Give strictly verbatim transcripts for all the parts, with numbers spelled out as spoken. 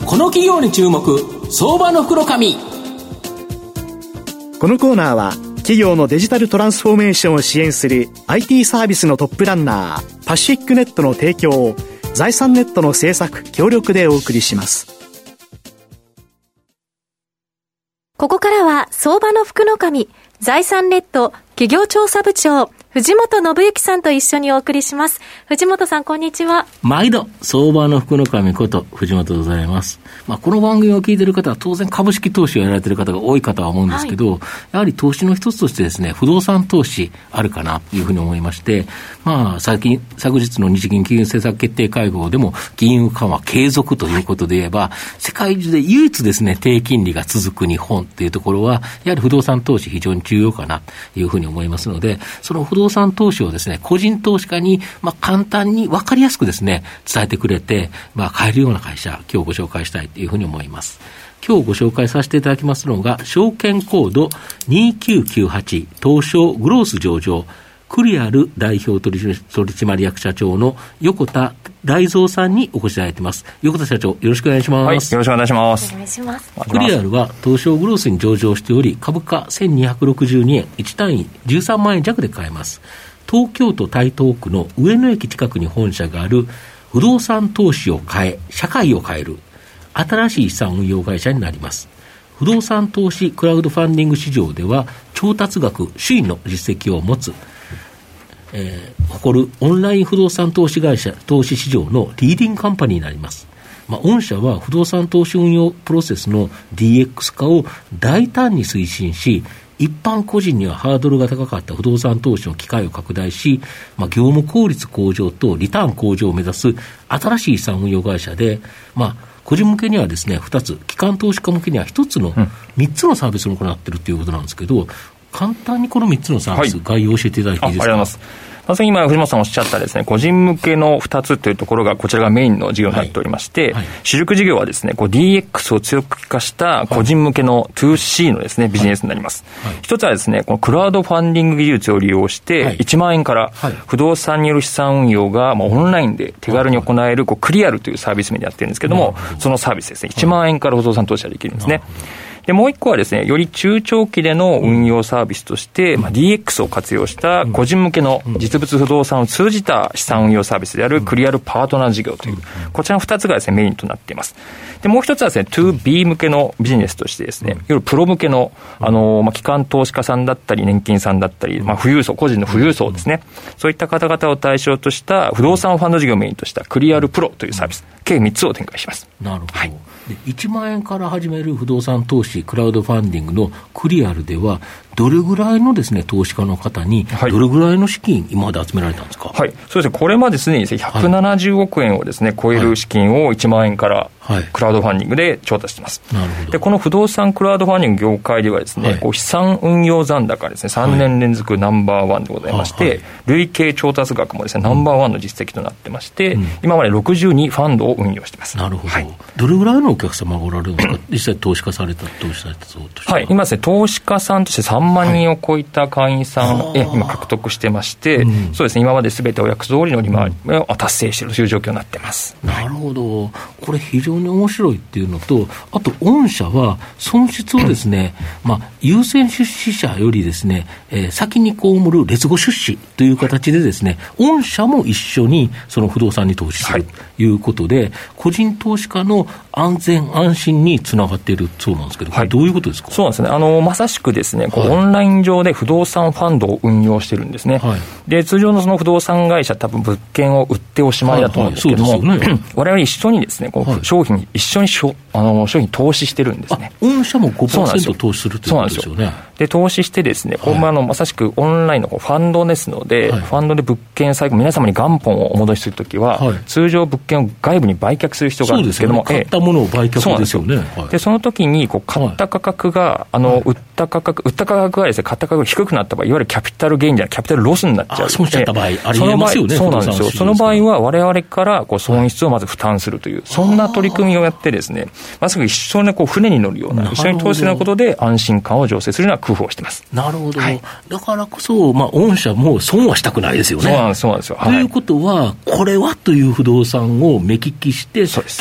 この企業に注目、相場の福の神。 このコーナーは企業のデジタルトランスフォーメーションを支援する アイティー サービスのトップランナーパシフィックネットの提供を財産ネットの制作協力でお送りします。 ここからは相場の福の神、財産ネット企業調査部長藤本信之さんと一緒にお送りします。藤本さん、こんにちは。 毎度相場の福の神こと藤本でございます。まあ、この番組を聞いている方は当然株式投資をやられている方が多いかとは思うんですけど、はい、やはり投資の一つとしてですね、不動産投資あるかなというふうに思いまして、まあ、最近昨日の日銀金融政策決定会合でも金融緩和継続ということで言えば、はい、世界中で唯一ですね、低金利が続く日本というところはやはり不動産投資非常に重要かなというふうに思いますので、その不動産投資をですね、個人投資家にまあ簡単に分かりやすくですね、伝えてくれて、まあ、買えるような会社、今日ご紹介したいというふうに思います。今日ご紹介させていただきますのが、証券コードにきゅうきゅうはち東証グロース上場クリアル代表取締役社長の横田大蔵さんにお越しいただいています。横田社長、よろしくお願いします。 はい、よろしくお願いします。 お願いします。 クリアルは東証グロースに上場しており、株価せんにひゃくろくじゅうにえん、いち単位じゅうさんまんえん弱で買えます。東京都台東区の上野駅近くに本社がある不動産投資を変え、社会を変える新しい資産運用会社になります。不動産投資クラウドファンディング市場では調達額首位の実績を持つ、えー、誇るオンライン不動産投資会社、投資市場のリーディングカンパニーになります。まあ、御社は不動産投資運用プロセスの ディーエックス 化を大胆に推進し、一般個人にはハードルが高かった不動産投資の機会を拡大し、まあ、業務効率向上とリターン向上を目指す新しい資産運用会社で、まあ、個人向けにはですね、ふたつ、機関投資家向けにはひとつの、うん、みっつのサービスを行っているということなんですけど、簡単にこのみっつのサービス、はい、概要を教えていただいていいですか。あ、ありがとうございます。 まず今藤本さんおっしゃったですね、個人向けのふたつというところがこちらがメインの事業になっておりまして、はいはい、主力事業はですね、こう ディーエックス を強化した個人向けの ツーシー のですね、ビジネスになります。はいはい、一つはですね、このクラウドファンディング技術を利用していちまんえんから不動産による資産運用がもうオンラインで手軽に行えるこうクリアルというサービス名でやってるんですけども、そのサービスですね、いちまんえんから不動産投資ができるんですね。でもう一個はですね、より中長期での運用サービスとして、うん、まあ、ディーエックス を活用した個人向けの実物不動産を通じた資産運用サービスであるクリアルパートナー事業という、こちらのふたつがですね、メインとなっています。で、もう一つはですね、ツービー 向けのビジネスとしてですね、いわゆるプロ向けの、あの、まあ、機関投資家さんだったり、年金さんだったり、まあ、富裕層、個人の富裕層ですね、そういった方々を対象とした不動産ファンド事業をメインとしたクリアルプロというサービス、計みっつを展開します。 なるほど。 はい、 でいちまんえんから始める不動産投資クラウドファンディングのクリアルではどれぐらいのですね、投資家の方にどれぐらいの資金今まで集められたんですか。 はい、そうですね、これまですでにひゃくななじゅうおくえんをですね、超える資金をいちまんえんからクラウドファンディングで調達しています。 なるほど。 で、この不動産クラウドファンディング業界ではですね、はい、こう資産運用残高ですね、さんねん連続ナンバーワンでございまして、はい、累計調達額もですね、ナンバーワンの実績となってまして、うん、今までろくじゅうにファンドを運用しています。 なるほど。 はい、 どれぐらいのお客様がおられるんですか。実際投資家された、投資されたそうとしては。 はい、今ですね、投資家さんとしてさんまんにんを超えた会員さん、はい、え今獲得してまして、うん、そうですね、今まで全てお約束通りの利回りを達成しているという状況になっています。 なるほど。これ非常に面白いっていうのと、あと御社は損失をですね、まあ、優先出資者よりですね、えー、先に被る劣後出資という形でですね、御社も一緒にその不動産に投資するということで、はい、個人投資家の安全安心につながっているそうなんですけど、これどういうことですか。 はい、そうなんですね。あのまさしくですね、こうオンライン上で不動産ファンドを運用してるんですね。はい、で通常のその不動産会社多分物件を売っておしまいだと思うんですけども、はいはいね、我々一緒にですね、こう商品、はい、一緒にしょあの商品投資してるんですね。 御社も ごパーセント 投資するということですよね。 で投資してですね、はい、こうまあのまさしくオンラインのこうファンドですので、はい、ファンドで物件最後皆様に元本をお戻しするときは、はい、通常物件を外部に売却する必要があるんですけども、 そうですよね、買ったものを売却ですよね。 そ, はい、でその時にこう買った価格が、はい、あの売った価格売った価格がですね、買った価格が低くなった場合、いわゆるキャピタルゲインじゃないキャピタルロスになっちゃう。 あ、損しちゃった場合ありえますよね。 そうなんですよ。その場合は我々からこう損失をまず負担するという、はい、そんな取り組みをやってですね、まさに一緒にこう船に乗るような、一緒に投資するようなことで安心感を醸成するような工夫をしています。 なるほど。はい、だからこそ、まあ、御社も損はしたくないですよね。 そうなんです、そうなんですよ。 ということは、これはという不動産を目利きして、きちっと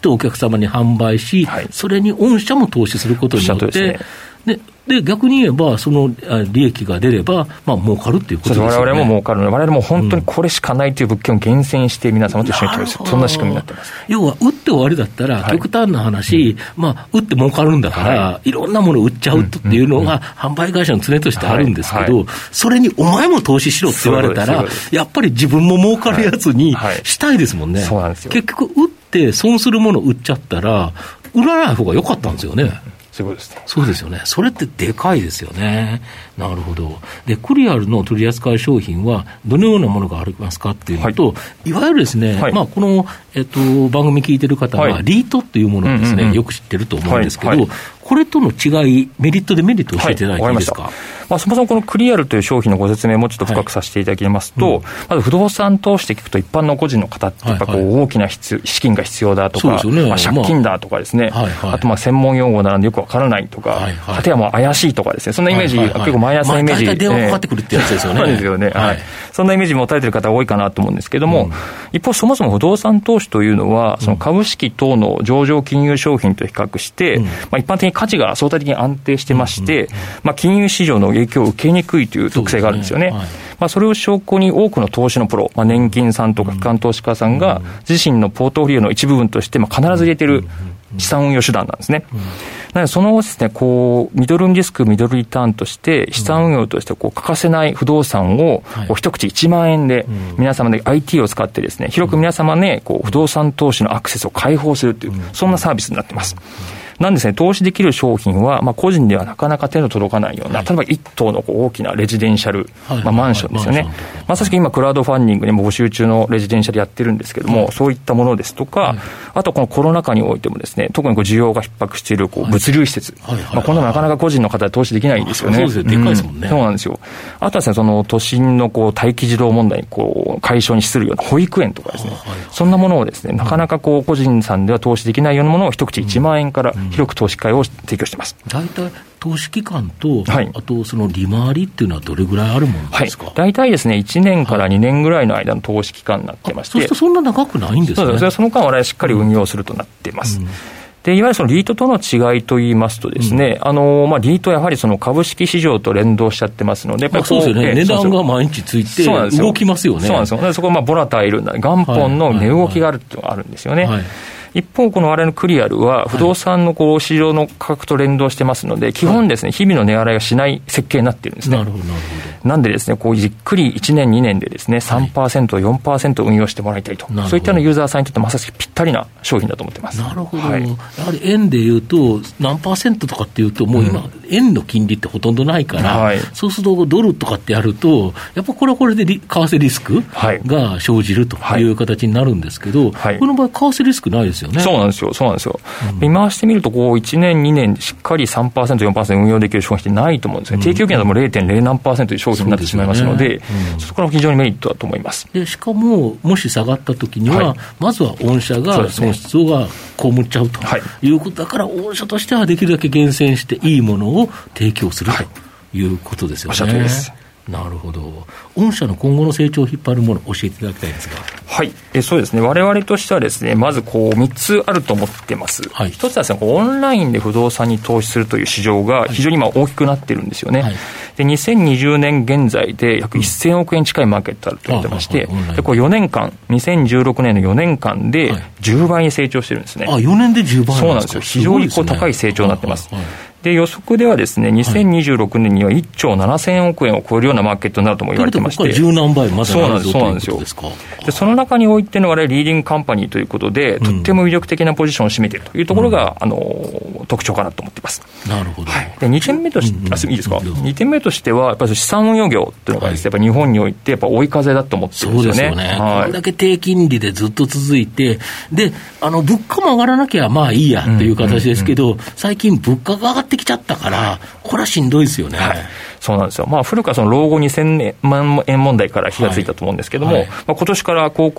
とお客様に販売し、はい、それに御社も投資することによって、でで逆に言えば、その利益が出れば、まあ儲かるっていうことですよね。 我々も儲かるので、我々も本当にこれしかないという物件を厳選して、皆様と一緒に共有する、そんな仕組みになってます。 要は、売って終わりだったら、極端な話、はい、まあ、売って儲かるんだから、はい、いろんなものを売っちゃうっていうのが、販売会社の常としてあるんですけど、はいはい、それにお前も投資しろって言われたら、やっぱり自分も儲かるやつにしたいですもんね。はいはい、そうなんですよ。結局、売って損するものを売っちゃったら、売らない方が良かったんですよね。 そうですね。 そうですよね。それってでかいですよね。なるほど。で、クリアルの取り扱い商品はどのようなものがありますかっていうのと、はい、いわゆるですね、はい、まあ、この、えっと、番組聞いてる方は、リートっていうものをですね、うんうんうん、よく知ってると思うんですけど、はいはい、これとの違い、メリット、デメリットを教えていただいていいですか。 はい、まあ、そもそもこのクリアルという商品のご説明もちょっと深くさせていただきますと、はいうん、まず不動産投資で聞くと、一般の個人の方ってやっぱこう大きな必資金が必要だとか、ね、まあ、借金だとかですね、まあはいはい、あとまあ専門用語なんでよくわからないとか、はいはい、はてはもう怪しいとかですね、そんなイメージ、はいはいはい、結構毎朝イメージ、まあ、大体電話かかってくるってやつですよね。そうですよね、はいはい、そんなイメージ持たれている方多いかなと思うんですけども、うん、一方そもそも不動産投資というのは、その株式等の上場金融商品と比較して、うん、まあ、一般的に価値が相対的に安定してまして、うんうん、まあ、金融市場の影響を受けにくいという特性があるんですよね。そ, ね、はい、まあ、それを証拠に多くの投資のプロ、まあ、年金さんとか機関投資家さんが自身のポートフォリオの一部分としてまあ必ず入れている資産運用手段なんですね。なのでそのですね、こうミドルリスクミドルリターンとして資産運用としてこう欠かせない不動産をこう一口いちまんえんで皆様で アイティー を使ってですね、広く皆様ねこう不動産投資のアクセスを開放するという、そんなサービスになっています。なんですね、投資できる商品は、まあ、個人ではなかなか手の届かないような、はい、例えば一棟のこう大きなレジデンシャル、はい、まあ、マンションですよね。はい、まさしく今、クラウドファンディングでも募集中のレジデンシャルやってるんですけども、はい、そういったものですとか、はい、あとこのコロナ禍においてもですね、特にこう需要が逼迫しているこう物流施設、はい、まあ、こんなのなかなか個人の方で投資できないんですよね。 そうですね、でかいですもんね。 うん、そうなんですよ。あとはですね、その都心のこう待機児童問題にこう解消に資するような保育園とかですね、はい、そんなものをですね、なかなかこう個人さんでは投資できないようなものを一口いちまんえんから広く投資会を提供しています。 大体投資期間と、はい、あとその利回りっていうのはどれぐらいあるものですか。はい、大体ですね、いちねんからにねんぐらいの間の投資期間になってまして、 そうするとそんな長くないんですね。 そうですね、その間我々しっかり運用するとなっています。うんうん、でいわゆるそのリートとの違いといいますとですね、うん、あのまあ、リートはやはりその株式市場と連動しちゃってますので、やっぱりこう、 そうですよね、値段が毎日ついて動きますよね。 そうなんですよ。そこはまあボラタイルな元本の値動きがあるっていうのがあるんですよね。はいはいはい、一方、この我々のクリアルは不動産のこう市場の価格と連動してますので、基本ですね、日々の値洗いがしない設計になっているんですね。 なるほど、なるほど。 なんでですね、こうじっくりいちねんにねんでですね、さんパーセント、よんパーセント 運用してもらいたいと、そういったのユーザーさんにとってまさしくぴったりな商品だと思ってます。 なるほど。はい、やはり円でいうと何パーセントとかっていうと、もう今、うん、円の金利ってほとんどないから、はい、そうするとドルとかってやると、やっぱこれはこれで為替リスクが生じるという形になるんですけど、はい、この場合為替リスクないですよね。 そうなんですよ。そうなんですよ。うん、見回してみるとこういちねんにねんでしっかり さんパーセント、よんパーセント 運用できる商品ってないと思うんですね。うん、定期預金だとも れいてんれい 何パーセントという商品になってしまいますので、うん、そこから非常にメリットだと思います。 でしかももし下がったときには、はい、まずは御社が損失が被っちゃうということだから、はい、御社としてはできるだけ厳選していいものを提供するということですよね。 おっしゃるとおりです。 なるほど。御社の今後の成長を引っ張るものを教えていただきたいんですが。 はい、えそうですね、我々としてはですね、まずこうみっつあると思ってます。はい、一つはですね、オンラインで不動産に投資するという市場が非常に今大きくなってるんですよね。はい、でにせんにじゅうねん現在で約せんおくえん近いマーケットあると言ってまして、うん、でこうよねんかん、にせんじゅうろくねんのよねんかんでじゅうばいに成長してるんですね。 あ、よねんでじゅうばいなんですか。 そうなんですよ。非常にこう高い成長になってます。はいはいはい、で予測ではですね、にせんにじゅうろくねんにはいっちょうななせんおくえんを超えるようなマーケットになるとも言われてまして、ここから十何倍までなるぞということですか。 でその中においての我々リーディングカンパニーということで、とっても魅力的なポジションを占めているというところが、うん、あの特徴かなと思っています。 なるほど。はい、 でにてんめとして、うんうん、あいいですか、にてんめとしてはやっぱり資産運用業というのがですね、やっぱ日本においてやっぱ追い風だと思ってるんですよね。 そうですよね。はい、これだけ低金利でずっと続いて、であの物価も上がらなきゃまあいいやという形ですけど、うんうんうん、最近物価が上がってきちゃったから、これはしんどいですよね。はい、 そうなんですよ。まあ、古くはその老後にせんまんえん問題から火がついたと思うんですけども、はいはい、まあ、今年から高校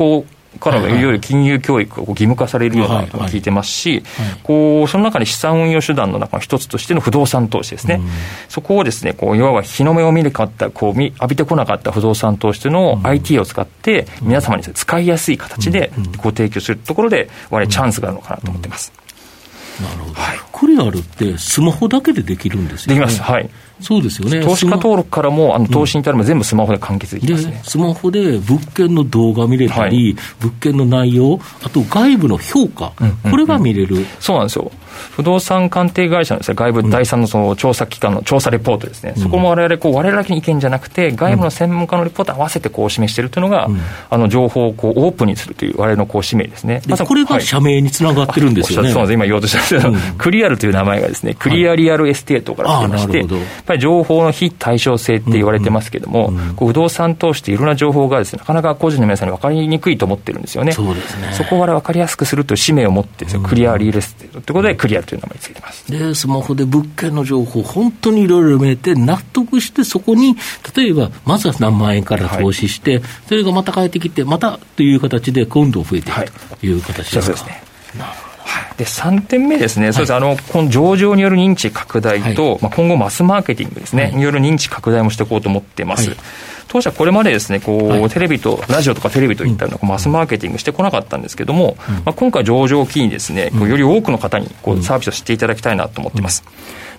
からいよいよ金融教育が義務化されるようなことが聞いてますし、こうその中に資産運用手段の中の一つとしての不動産投資ですね、うん、そこをですねこういわば日の目を見なかったこう浴びてこなかった不動産投資というのを アイティー を使って皆様に使いやすい形でご提供するところで我々チャンスがあるのかなと思ってます。 なるほど、はい、クリアルってスマホだけでできるんですよね。 できます、はい、 そうですよね。 投資家登録からもあの投資に至るまで全部スマホで完結できますね、 でスマホで物件の動画見れたり、はい、物件の内容、あと外部の評価、うんうんうん、これが見れる。 そうなんですよ。不動産鑑定会社のですね、外部第三のその調査機関の調査レポートですね、うん、そこも我々こう我々だけの意見じゃなくて外部の専門家のレポートを合わせてこう示しているというのが、うん、あの情報をこうオープンにするという我々のこう使命ですね。 でこれが社名につながってるんですよね。 そうです。今言おうとしたんですけど、うん、クリアルという名前がですねクリアリアルエステートから来てまして、はい、やっぱり情報の非対称性って言われてますけども、うんうん、こう不動産投資っていろんな情報がですねなかなか個人の皆さんに分かりにくいと思ってるんですよね。 そうですね。 そこを我々分かりやすくするという使命を持ってですよ、うん、クリアリアルエステートということでクリアルという名前についてます。 でスマホで物件の情報本当にいろいろ見れて納得して、そこに例えばまずは何万円から投資して、はい、それがまた返ってきてまたという形で今度増えていくという形ですか。 そうですね。なるほど。でさんてんめですね、はい、そうです。あのこの上場による認知拡大と、はい、まあ、今後マスマーケティングですね、はい、による認知拡大もしていこうと思っています、はい。当社これまでですねこう、はい、テレビとラジオとかテレビといったようなこうマスマーケティングしてこなかったんですけども、うん、まあ、今回上場を機にですねこうより多くの方にこうサービスを知っていただきたいなと思っています、うん。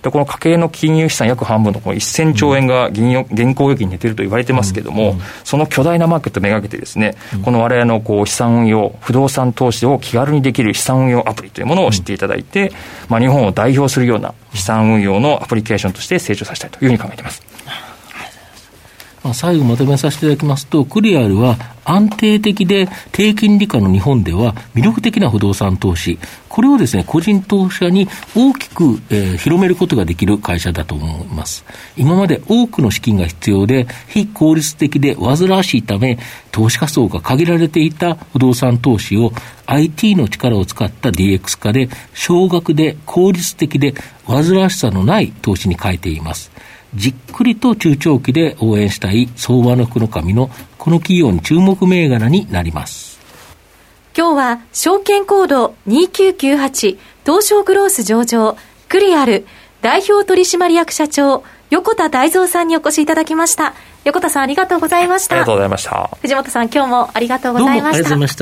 でこの家計の金融資産約半分のこのせんちょうえんが銀現行預金に出ていると言われてますけども、うん、その巨大なマーケットをめがけてですね、うん、この我々のこう資産運用不動産投資を気軽にできる資産運用アプリというものを知っていただいて、うん、まあ、日本を代表するような資産運用のアプリケーションとして成長させたいというふうに考えています。 まあ、最後まとめさせていただきますと、クリアルは安定的で低金利下の日本では魅力的な不動産投資、これをですね個人投資者に大きく、えー、広めることができる会社だと思います。今まで多くの資金が必要で非効率的で煩わしいため投資家層が限られていた不動産投資を アイティー の力を使った ディーエックス 化で少額で効率的で煩わしさのない投資に変えています。じっくりと中長期で応援したい相場の福の神のこの企業に注目銘柄になります。 今日は証券コードにきゅうきゅうはち東証グロース上場クリアル代表取締役社長横田大蔵さんにお越しいただきました。横田さんありがとうございました。 ありがとうございました。 藤本さん今日もありがとうございました。 どうもありがとうございました。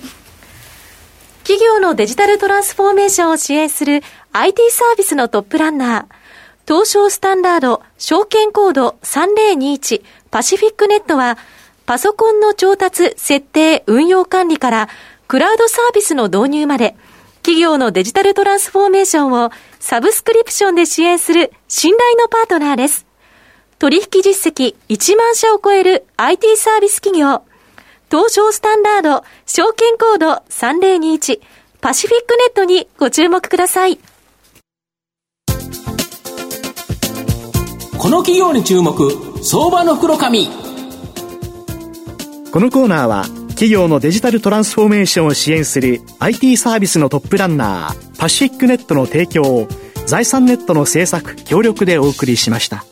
企業のデジタルトランスフォーメーションを支援する アイティー サービスのトップランナー東証スタンダード証券コードさんぜろにいちパシフィックネットはパソコンの調達、設定、運用管理からクラウドサービスの導入まで企業のデジタルトランスフォーメーションをサブスクリプションで支援する信頼のパートナーです。取引実績いちまんしゃを超える アイティー サービス企業東証スタンダード証券コードさんぜろにいちパシフィックネットにご注目ください。 この企業に注目、相場の福の神。 このコーナーは企業のデジタルトランスフォーメーションを支援する アイティー サービスのトップランナーパシフィックネットの提供を財産ネットの制作協力でお送りしました。